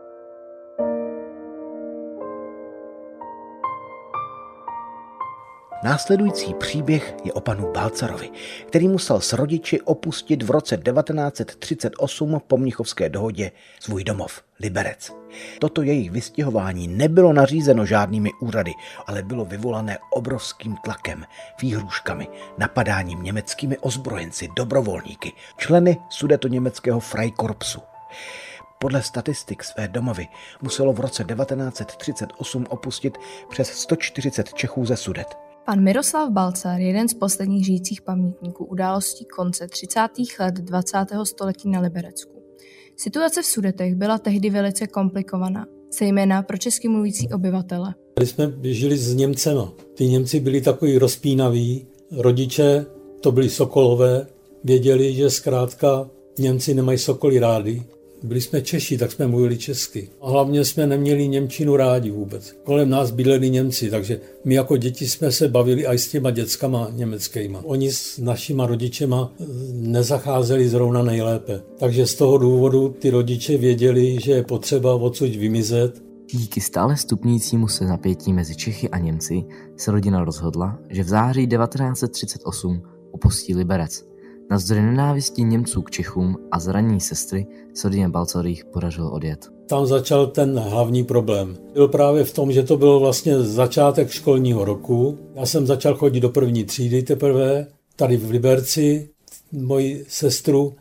Následující příběh je o panu Balcarovi, který musel s rodiči opustit v roce devatenáct set třicet osm po Mnichovské dohodě svůj domov, Liberec. Toto jejich vystěhování nebylo nařízeno žádnými úřady, ale bylo vyvolané obrovským tlakem, výhrůžkami, napadáním německými ozbrojenci, dobrovolníky, členy sudetoněmeckého Freikorpsu. Podle statistik své domovy muselo v roce devatenáct set třicet osm opustit přes sto čtyřicet Čechů ze Sudet. Pan Miroslav Balcar je jeden z posledních žijících pamětníků událostí konce třicátých let dvacátého století na Liberecku. Situace v Sudetech byla tehdy velice komplikovaná. zejména pro česky mluvící obyvatele. Když jsme žili s Němcema, ty Němci byli takový rozpínaví, rodiče, to byli sokolové, věděli, že zkrátka Němci nemají sokoly rádi. Byli jsme Češi, tak jsme mluvili česky. A hlavně jsme neměli němčinu rádi vůbec. Kolem nás bydleli Němci, takže my jako děti jsme se bavili i s těma dětskama německýma. Oni s našima rodičema nezacházeli zrovna nejlépe. Takže z toho důvodu ty rodiče věděli, že je potřeba odsud vymizet. Díky stále stupňujícímu se napětí mezi Čechy a Němci se rodina rozhodla, že v září devatenáct set třicet osm opustí Liberec. Navzdory nenávisti Němců k Čechům a zranění sestry se rodině Balcarových podařilo odjet. Tam začal ten hlavní problém. Byl právě v tom, že to byl vlastně začátek školního roku. Já jsem začal chodit do první třídy teprve. Tady v Liberci moji sestru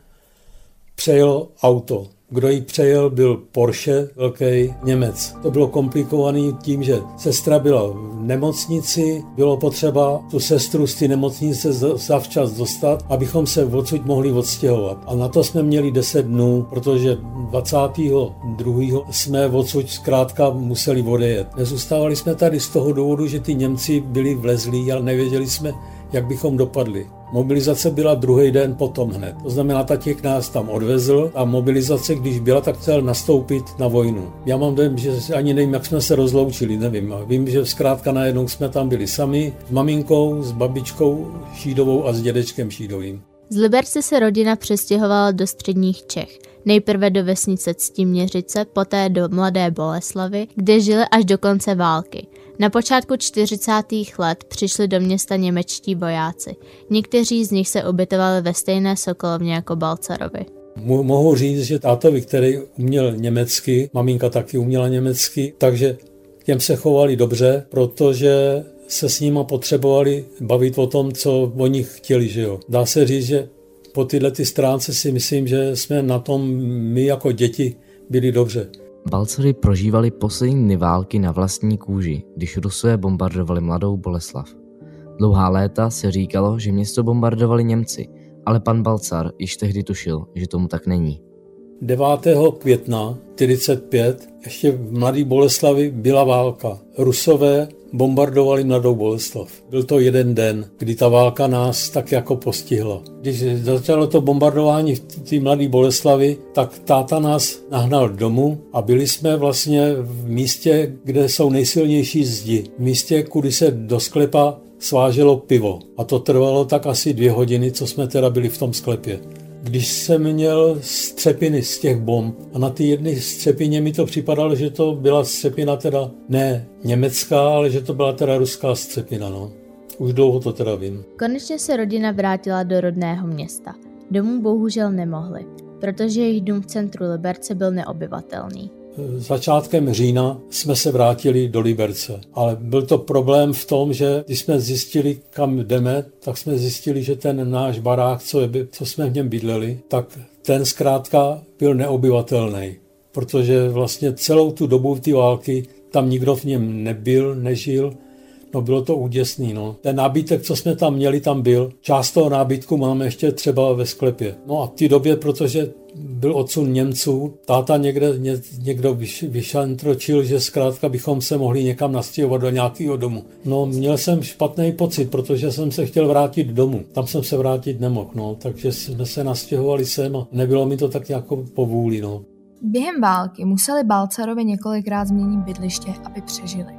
přejelo auto. Kdo ji přejel, byl Porsche, velký Němec. To bylo komplikované tím, že sestra byla v nemocnici, bylo potřeba tu sestru z té nemocnice zavčas dostat, abychom se odsud mohli odstěhovat. A na to jsme měli deset dnů, protože dvacátého druhého jsme odsud zkrátka museli odjet. Nezůstávali jsme tady z toho důvodu, že ty Němci byli vlezlí, ale nevěděli jsme, jak bychom dopadli. Mobilizace byla druhý den potom hned. To znamená, tatík nás tam odvezl a mobilizace, když byla, tak chtěl nastoupit na vojnu. Já mám dojem, že ani nevím, jak jsme se rozloučili, nevím. Vím, že zkrátka najednou jsme tam byli sami, s maminkou, s babičkou Šídovou a s dědečkem Šídovým. Z Liberce se rodina přestěhovala do středních Čech. Nejprve do vesnice Ctiměřice, poté do Mladé Boleslavi, kde žili až do konce války. Na počátku čtyřicátých let přišli do města němečtí vojáci. Někteří z nich se ubytovali ve stejné sokolovně jako Balcarovi. Mohu říct, že tátovi, který uměl německy, maminka taky uměla německy, takže těm se chovali dobře, protože se s nima potřebovali bavit o tom, co oni chtěli, že jo. Dá se říct, že po tyhle ty stránce si myslím, že jsme na tom my jako děti byli dobře. Balcaři prožívali poslední dny války na vlastní kůži, když Rusové bombardovali Mladou Boleslav. Dlouhá léta se říkalo, že město bombardovali Němci, ale pan Balcar již tehdy tušil, že tomu tak není. devátého května čtyřicet pět ještě v Mladé Boleslavi byla válka. Rusové bombardovali Mladou Boleslav. Byl to jeden den, kdy ta válka nás tak jako postihla. Když začalo to bombardování v té Mladé Boleslavi, tak táta nás nahnal domů a byli jsme vlastně v místě, kde jsou nejsilnější zdi. V místě, kudy se do sklepa sváželo pivo. A to trvalo tak asi dvě hodiny, co jsme teda byli v tom sklepě. Když jsem měl střepiny z těch bomb a na ty jedné střepině mi to připadalo, že to byla střepina teda ne německá, ale že to byla teda ruská střepina, no. Už dlouho to teda vím. Konečně se rodina vrátila do rodného města. Domů bohužel nemohli, protože jejich dům v centru Liberce byl neobyvatelný. Začátkem října jsme se vrátili do Liberce, ale byl to problém v tom, že když jsme zjistili, kam jdeme, tak jsme zjistili, že ten náš barák, co, je, co jsme v něm bydleli, tak ten zkrátka byl neobyvatelný, protože vlastně celou tu dobu té války tam nikdo v něm nebyl, nežil. No bylo to úděsný, no. Ten nábytek, co jsme tam měli, tam byl. Část toho nábytku máme ještě třeba ve sklepě. No a v té době, protože byl odsun Němců, táta někde, ně, někdo vyš, vyšantročil, že zkrátka bychom se mohli někam nastěhovat do nějakého domu. No měl jsem špatný pocit, protože jsem se chtěl vrátit domů. Tam jsem se vrátit nemohl, no. Takže jsme se nastěhovali sem a nebylo mi to tak jako po vůli, no. Během války museli Balcarovi několikrát změnit bydliště, aby přežili.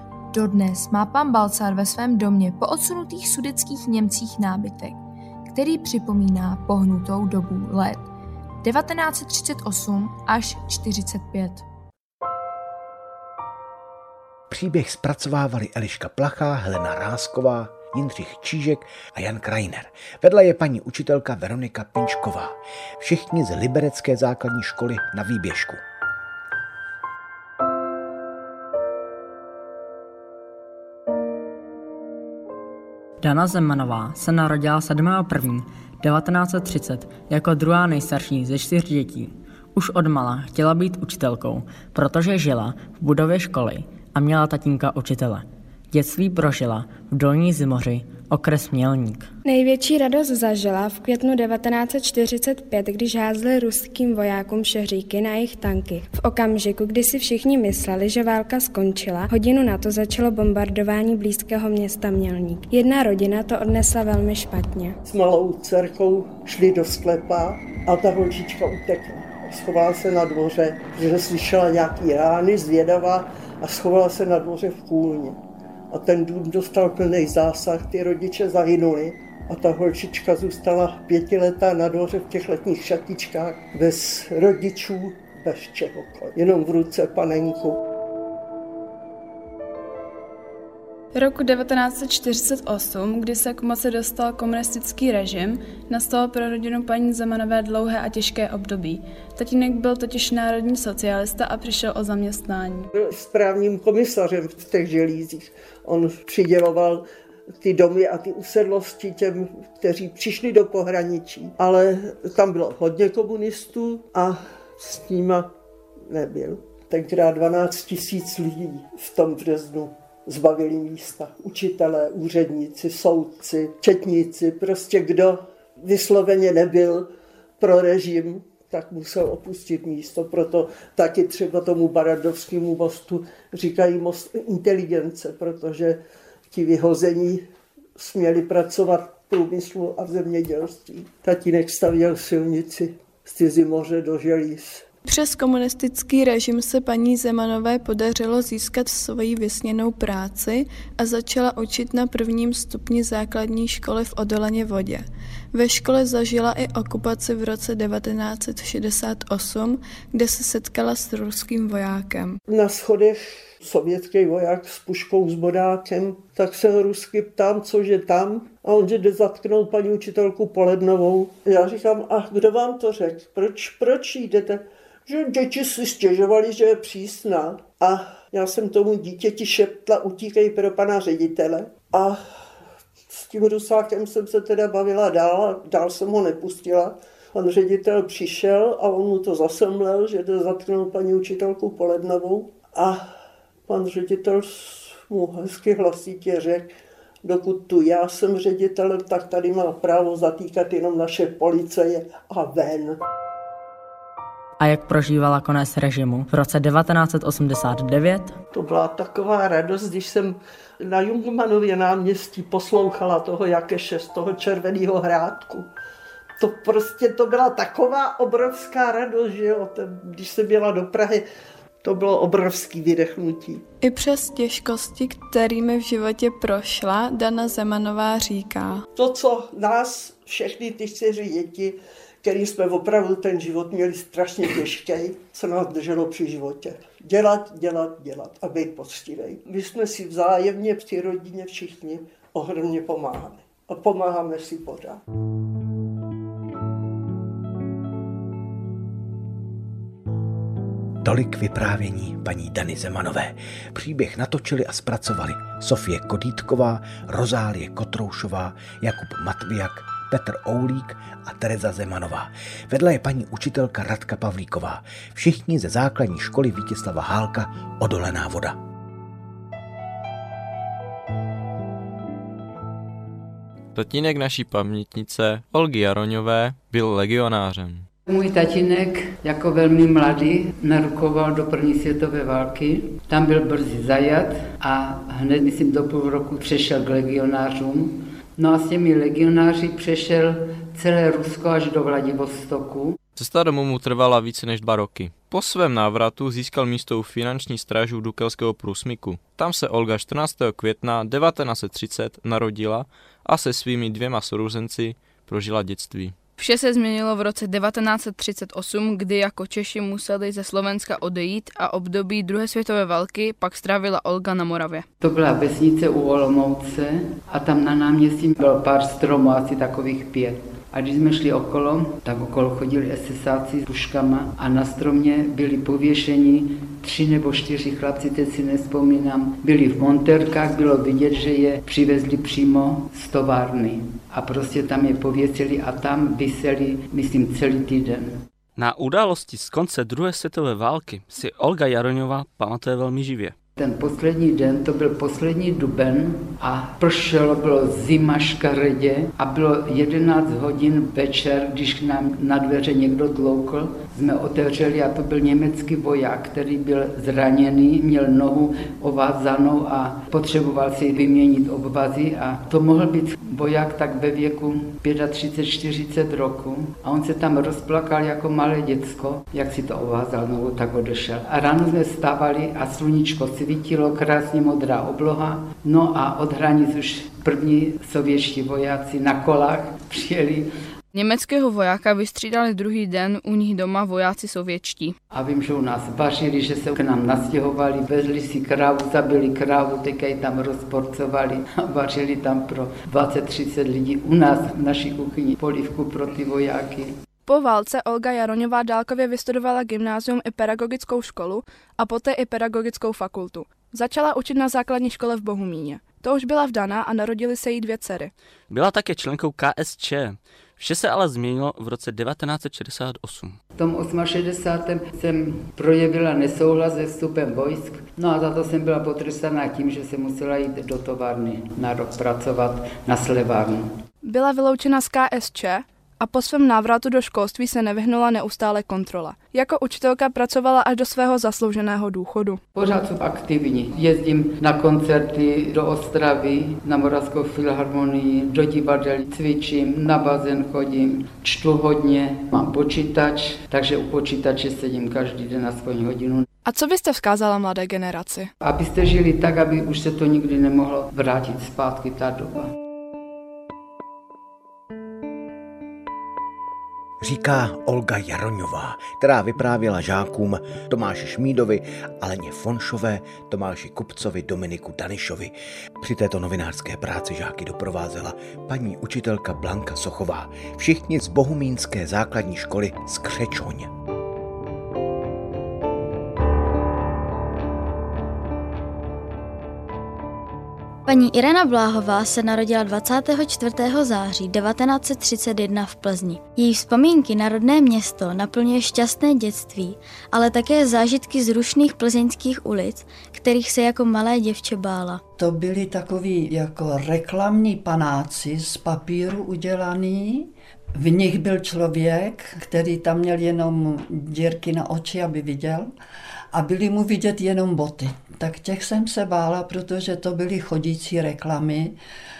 Dodnes má pan Balcar ve svém domě po odsunutých sudetských Němcích nábytek, který připomíná pohnutou dobu let devatenáct set třicet osm až čtyřicet pět. Příběh zpracovávali Eliška Plachá, Helena Rásková, Jindřich Čížek a Jan Krajner. Vedle je paní učitelka Veronika Pinčková. Všichni z Liberecké základní školy na Výběžku. Dana Zemanová se narodila sedmého prvního devatenáct set třicet jako druhá nejstarší ze čtyř dětí. Už odmala chtěla být učitelkou, protože žila v budově školy a měla tatínka učitele. Dětství prožila v Dolní Zimoři, Okres Mělník. Největší radost zažila v květnu devatenáct set čtyřicet pět, když házely ruským vojákům šehříky na jejich tanky. V okamžiku, kdy si všichni mysleli, že válka skončila, hodinu na to začalo bombardování blízkého města Mělník. Jedna rodina to odnesla velmi špatně. S malou dcerkou šli do sklepa a ta holčička utekla. Schovala se na dvoře, že slyšela nějaký rány, zvědavá, a schovala se na dvoře v kůlně. A ten dům dostal plný zásah, ty rodiče zahynuli a ta holčička zůstala pětiletá na dvoře v těch letních šatičkách, bez rodičů, bez čehokoliv, jenom v ruce panenku. Roku devatenáct set čtyřicet osm, kdy se k moci dostal komunistický režim, nastalo pro rodinu paní Zemanové dlouhé a těžké období. Tatínek byl totiž národní socialista a přišel o zaměstnání. Byl správním komisařem v těch Želízích. On přiděloval ty domy a ty usedlosti těm, kteří přišli do pohraničí. Ale tam bylo hodně komunistů a s nima nebyl. Tenkrát dvanáct tisíc lidí v tom březnu zbavili místa. Učitelé, úředníci, soudci, četníci, prostě kdo vysloveně nebyl pro režim, tak musel opustit místo. Proto taky třeba tomu Barandovskému mostu říkají most inteligence, protože ti vyhození směli pracovat v průmyslu a v zemědělství. Tatínek stavěl silnici z Cizymoře do Želíz. Přes komunistický režim se paní Zemanové podařilo získat svoji vysněnou práci a začala učit na prvním stupni základní školy v Odolaně Vodě. Ve škole zažila i okupaci v roce devatenáct set šedesát osm, kde se setkala s ruským vojákem. Na schodech sovětský voják s puškou s bodákem, tak se ho rusky ptám, cože tam, a on, že jde zatknout paní učitelku Polednovou. Já říkám, a kdo vám to řekl? Proč, proč jdete? Že děti si stěžovali, že je přísná. A já jsem tomu dítěti šeptla, utíkej pro pana ředitele. A s tím Rusákem jsem se teda bavila dál a dál jsem ho nepustila. Pan ředitel přišel a on mu to zasemlel, že jde zatknout paní učitelku Polednovou. A pan ředitel mu hezky hlasitě řekl, dokud tu já jsem ředitelem, tak tady má právo zatýkat jenom naše policie a ven. A jak prožívala konec režimu v roce devatenáct set osmdesát devět? To byla taková radost, když jsem na Jungmannově náměstí poslouchala toho Jakeše z toho Červeného hrádku. To prostě to byla taková obrovská radost, že jo, když jsem jela do Prahy, to bylo obrovský vydechnutí. I přes těžkosti, kterými v životě prošla, Dana Zemanová říká: To, co nás, všechny ty čtyři děti, který jsme opravdu ten život měli strašně těžký, co nás drželo při životě. Dělat, dělat, dělat a být poctivý. My jsme si vzájemně při rodině všichni ohromně pomáhali. A pomáháme si pořád. Tolik vyprávění paní Dany Zemanové. Příběh natočili a zpracovali Sofie Kodítková, Rozálie Kotroušová, Jakub Matviak, Petr Oulík a Tereza Zemanová. Vedle je paní učitelka Radka Pavlíková. Všichni ze základní školy Vítězslava Hálka Odolená Voda. Tatínek naší pamětnice Olgy Jaroňové byl legionářem. Můj tatínek jako velmi mladý narukoval do první světové války. Tam byl brzy zajat a hned, myslím, do půl roku přešel k legionářům. No a s těmi legionáři přešel celé Rusko až do Vladivostoku. Cesta domů mu trvala více než dva roky. Po svém návratu získal místo u finanční stráže Dukelského průsmyku. Tam se Olga čtrnáctého května devatenáct set třicet narodila a se svými dvěma sourozenci prožila dětství. Vše se změnilo v roce devatenáct set třicet osm, kdy jako Češi museli ze Slovenska odejít a období druhé světové války pak strávila Olga na Moravě. To byla vesnice u Olomouce a tam na náměstí bylo pár stromů, asi takových pět. A když jsme šli okolo, tak okolo chodili esesáci s puškama a na stromě byli pověšeni tři nebo čtyři chlapci, teď si nespomínám. Byli v montérkách, bylo vidět, že je přivezli přímo z továrny. A prostě tam je pověsili a tam viseli, myslím, celý týden. Na události z konce druhé světové války si Olga Jaroňová pamatuje velmi živě. Ten poslední den, to byl poslední duben a pršelo, bylo zima škaredě a bylo jedenáct hodin večer, když k nám na dveře někdo tloukl, jsme otevřeli a to byl německý voják, který byl zraněný, měl nohu ovázanou a potřeboval si vyměnit obvazy a to mohl být voják tak ve věku třicet pět čtyřicet roku a on se tam rozplakal jako malé děcko, jak si to ovázal nohu, tak odešel. A ráno jsme vstávali a sluníčko svítilo, krásně modrá obloha, no a od hranic už první sovětští vojáci na kolách přijeli. Německého vojáka vystřídali druhý den u nich doma vojáci sovětští. A vím, že u nás vařili, že se k nám nastěhovali, vezli si krávu, zabili krávu, teďka ji tam rozporcovali a vařili tam pro dvacet třicet lidí u nás v naší kuchyni polívku pro ty vojáky. Po válce Olga Jaroňová dálkově vystudovala gymnázium i pedagogickou školu a poté i pedagogickou fakultu. Začala učit na základní škole v Bohumíně. To už byla vdaná a narodily se jí dvě dcery. Byla také členkou K S Č. Vše se ale změnilo v roce devatenáct set šedesát osm. V tom šedesátém osmém jsem projevila nesouhlas se vstupem vojsk, no a za to jsem byla potrestaná tím, že jsem musela jít do továrny na rok pracovat na slevárnu. Byla vyloučena z K S Č a po svém návratu do školství se nevyhnula neustále kontrola. Jako učitelka pracovala až do svého zaslouženého důchodu. Pořád jsem aktivní. Jezdím na koncerty do Ostravy, na Moravskou filharmonii, do divadel, cvičím, na bazén chodím, čtu hodně, mám počítač, takže u počítače sedím každý den aspoň hodinu. A co byste vzkázala mladé generaci? Abyste žili tak, aby už se to nikdy nemohlo vrátit zpátky ta doba. Říká Olga Jaroňová, která vyprávěla žákům Tomáši Šmídovi, Aleně Fonšové, Tomáši Kupcovi, Dominiku Danišovi. Při této novinářské práci žáky doprovázela paní učitelka Blanka Sochová. Všichni z bohumínské základní školy Skřečoň. Paní Irena Bláhová se narodila dvacátého čtvrtého září devatenáct set třicet jedna v Plzni. Její vzpomínky na rodné město naplňuje šťastné dětství, ale také zážitky z rušných plzeňských ulic, kterých se jako malé děvče bála. To byli takoví jako reklamní panáci z papíru udělaný. V nich byl člověk, který tam měl jenom dírky na oči, aby viděl. A byly mu vidět jenom boty. Tak těch jsem se bála, protože to byly chodící reklamy.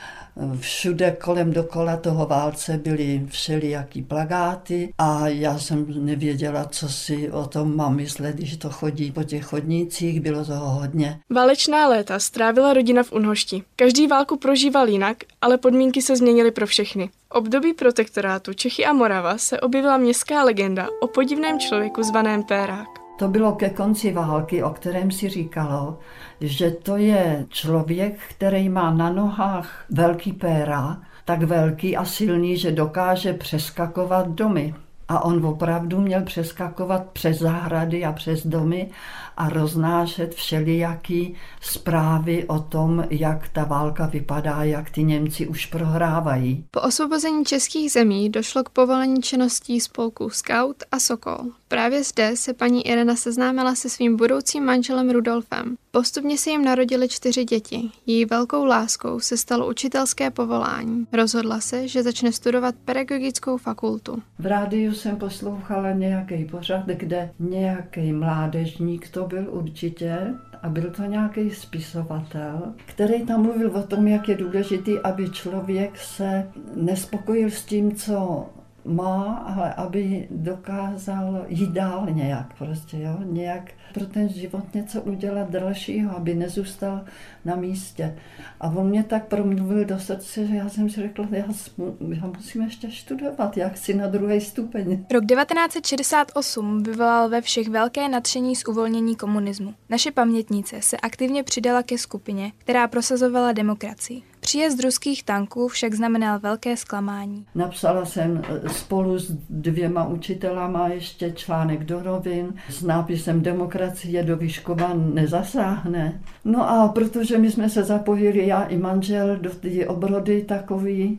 Všude kolem dokola toho válce byly všelijaký plakáty a já jsem nevěděla, co si o tom mám myslet, když to chodí po těch chodnících, bylo toho hodně. Válečná léta strávila rodina v Unhošti. Každý válku prožíval jinak, ale podmínky se změnily pro všechny. V období protektorátu Čechy a Morava se objevila městská legenda o podivném člověku zvaném Pérák. To bylo ke konci války, o kterém si říkalo, že to je člověk, který má na nohách velký péra, tak velký a silný, že dokáže přeskakovat domy. A on opravdu měl přeskakovat přes zahrady a přes domy a roznášet všelijaký zprávy o tom, jak ta válka vypadá, jak ty Němci už prohrávají. Po osvobození českých zemí došlo k povolení činností spolků Scout a Sokol. Právě zde se paní Irena seznámila se svým budoucím manželem Rudolfem. Postupně se jim narodily čtyři děti. Její velkou láskou se stalo učitelské povolání. Rozhodla se, že začne studovat pedagogickou fakultu. V rádiu jsem poslouchala nějaký pořad, kde nějaký mládežník to byl určitě a byl to nějaký spisovatel, který tam mluvil o tom, jak je důležitý, aby člověk se nespokojil s tím, co má, ale aby dokázal jít dál nějak prostě, jo, nějak pro ten život něco udělat dalšího, aby nezůstal na místě. A on mě tak promluvil do srdce, že já jsem si řekla, já, já musím ještě studovat, já chci na druhý stupeň. Rok devatenáct set šedesát osm vyvolal ve všech velké nadšení z uvolnění komunismu. Naše pamětnice se aktivně přidala ke skupině, která prosazovala demokracii. Příjezd ruských tanků však znamenal velké zklamání. Napsala jsem spolu s dvěma učitelama ještě článek do novin s nápisem Demokracie do Vyškova nezasáhne. No a protože my jsme se zapojili, já i manžel, do té obrody takový,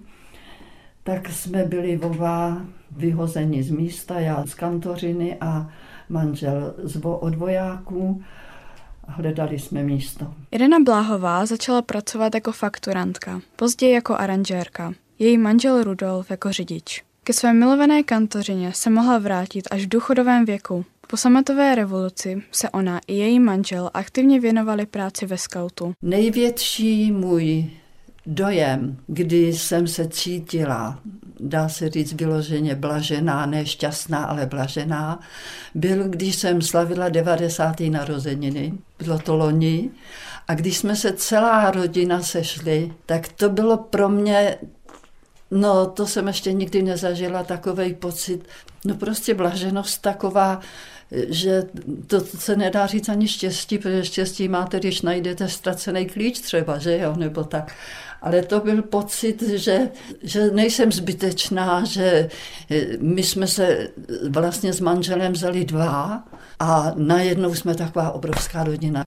tak jsme byli oba vyhozeni z místa, já z kantořiny a manžel z od vojáků. a hledali jsme místo. Irena Bláhová začala pracovat jako fakturantka, později jako aranžérka. Její manžel Rudolf jako řidič. Ke své milované kantořině se mohla vrátit až v důchodovém věku. Po sametové revoluci se ona i její manžel aktivně věnovali práci ve skautu. Největší můj dojem, kdy jsem se cítila, dá se říct vyloženě blažená, ne šťastná, ale blažená, byl, když jsem slavila devadesáté narozeniny. Bylo to loni. A když jsme se celá rodina sešli, tak to bylo pro mě, no to jsem ještě nikdy nezažila, takovej pocit, no prostě blaženost taková, že to se nedá říct ani štěstí, protože štěstí máte, když najdete ztracený klíč třeba, že jo, nebo tak. Ale to byl pocit, že, že nejsem zbytečná, že my jsme se vlastně s manželem vzali dva a najednou jsme taková obrovská rodina.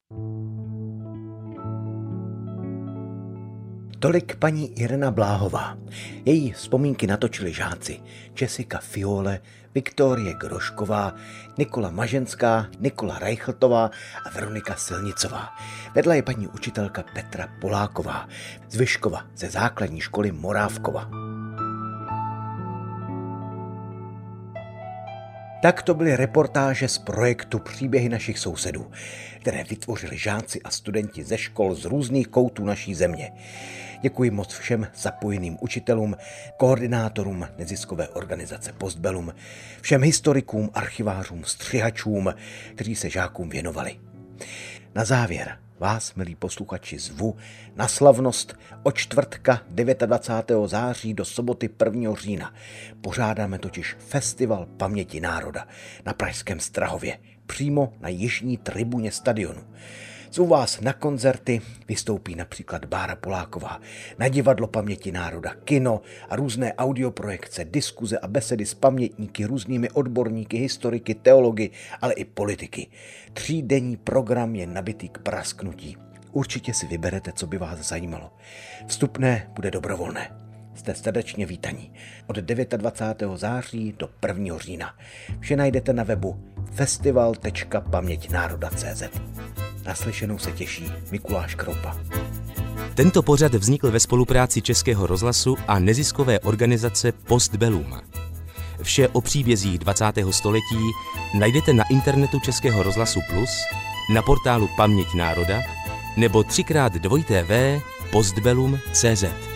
Tolik paní Irena Bláhová. Její vzpomínky natočili žáci Jessica Fiole, Viktorie Grošková, Nikola Maženská, Nikola Reichltová a Veronika Silnicová. Vedla je paní učitelka Petra Poláková z Vyškova ze základní školy Morávkova. Tak to byly reportáže z projektu Příběhy našich sousedů, které vytvořili žáci a studenti ze škol z různých koutů naší země. Děkuji moc všem zapojeným učitelům, koordinátorům neziskové organizace Postbellum, všem historikům, archivářům, střihačům, kteří se žákům věnovali. Na závěr vás, milí posluchači, zvu na slavnost od čtvrtka dvacátého devátého září do soboty prvního října. Pořádáme totiž Festival paměti národa na pražském Strahově, přímo na jižní tribuně stadionu. Zvu vás na koncerty, vystoupí například Bára Poláková, na divadlo paměti národa, kino a různé audioprojekce, diskuze a besedy s pamětníky, různými odborníky, historiky, teology, ale i politiky. Třídenní program je nabitý k prasknutí. Určitě si vyberete, co by vás zajímalo. Vstupné bude dobrovolné. Jste srdečně vítaní od dvacátého devátého září do prvního října. Vše najdete na webu festival tečka paměť národa tečka cé zet. Naslyšenou se těší Mikuláš Kroupa. Tento pořad vznikl ve spolupráci Českého rozhlasu a neziskové organizace Postbellum. Vše o příbězích dvacátého století najdete na internetu Českého rozhlasu Plus, na portálu Paměť národa nebo třikrát dvojité vé postbellum tečka cé zet.